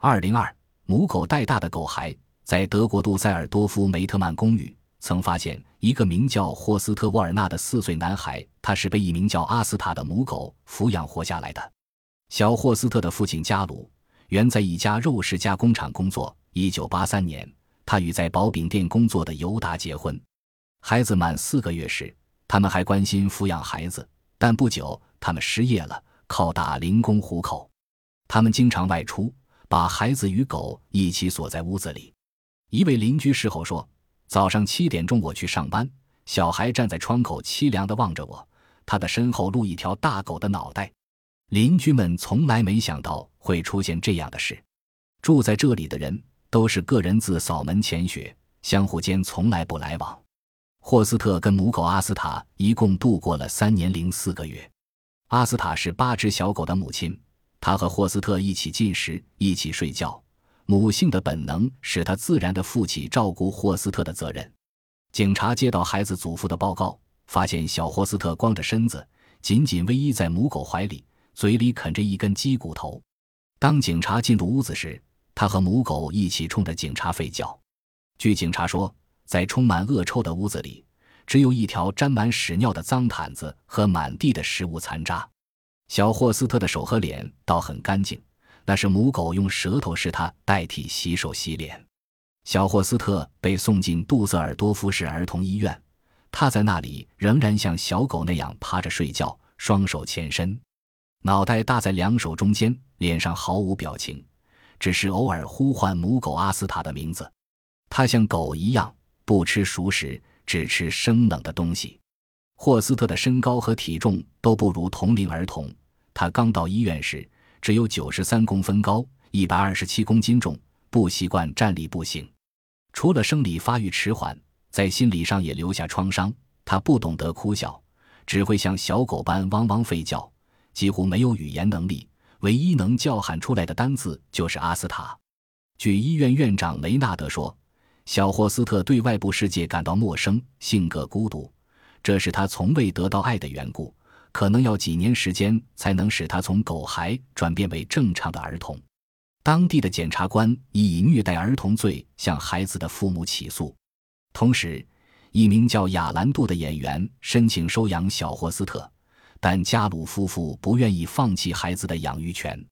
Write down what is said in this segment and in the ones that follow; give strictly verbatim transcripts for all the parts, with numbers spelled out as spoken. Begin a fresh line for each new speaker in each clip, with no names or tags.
二零二母狗带大的狗孩。在德国杜塞尔多夫梅特曼公寓曾发现一个名叫霍斯特·沃尔纳的四岁男孩，他是被一名叫阿斯塔的母狗抚养活下来的。小霍斯特的父亲加鲁原在一家肉食加工厂工作，一九八三年他与在薄饼店工作的尤达结婚。孩子满四个月时，他们还关心抚养孩子，但不久他们失业了，靠打零工糊口。他们经常外出，把孩子与狗一起锁在屋子里。一位邻居事后说，早上七点钟我去上班，小孩站在窗口凄凉地望着我，他的身后露一条大狗的脑袋。邻居们从来没想到会出现这样的事。住在这里的人都是个人自扫门前雪，相互间从来不来往。霍斯特跟母狗阿斯塔一共度过了三年零四个月。阿斯塔是八只小狗的母亲，她和霍斯特一起进食，一起睡觉。母性的本能使他自然地负起照顾霍斯特的责任。警察接到孩子祖父的报告，发现小霍斯特光着身子，紧紧偎依在母狗怀里，嘴里啃着一根鸡骨头。当警察进入屋子时，他和母狗一起冲着警察吠叫。据警察说，在充满恶臭的屋子里，只有一条沾满屎尿的脏毯子和满地的食物残渣。小霍斯特的手和脸倒很干净，那是母狗用舌头使它代替洗手洗脸。小霍斯特被送进杜塞尔多夫市儿童医院，他在那里仍然像小狗那样趴着睡觉，双手前伸，脑袋搭在两手中间，脸上毫无表情，只是偶尔呼唤母狗阿斯塔的名字。他像狗一样不吃熟食，只吃生冷的东西。霍斯特的身高和体重都不如同龄儿童，他刚到医院时只有九十三公分高，一百二十七公斤重，不习惯站立步行。除了生理发育迟缓，在心理上也留下创伤。他不懂得哭笑，只会像小狗般汪汪吠叫，几乎没有语言能力，唯一能叫喊出来的单字就是阿斯塔。据医院院长雷纳德说，小霍斯特对外部世界感到陌生，性格孤独，这是他从未得到爱的缘故，可能要几年时间才能使他从狗孩转变为正常的儿童。当地的检察官以以虐待儿童罪向孩子的父母起诉。同时，一名叫亚兰杜的演员申请收养小霍斯特，但加鲁夫妇不愿意放弃孩子的养育权。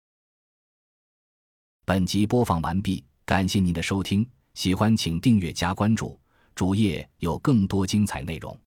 本集播放完毕，感谢您的收听，喜欢请订阅加关注，主页有更多精彩内容。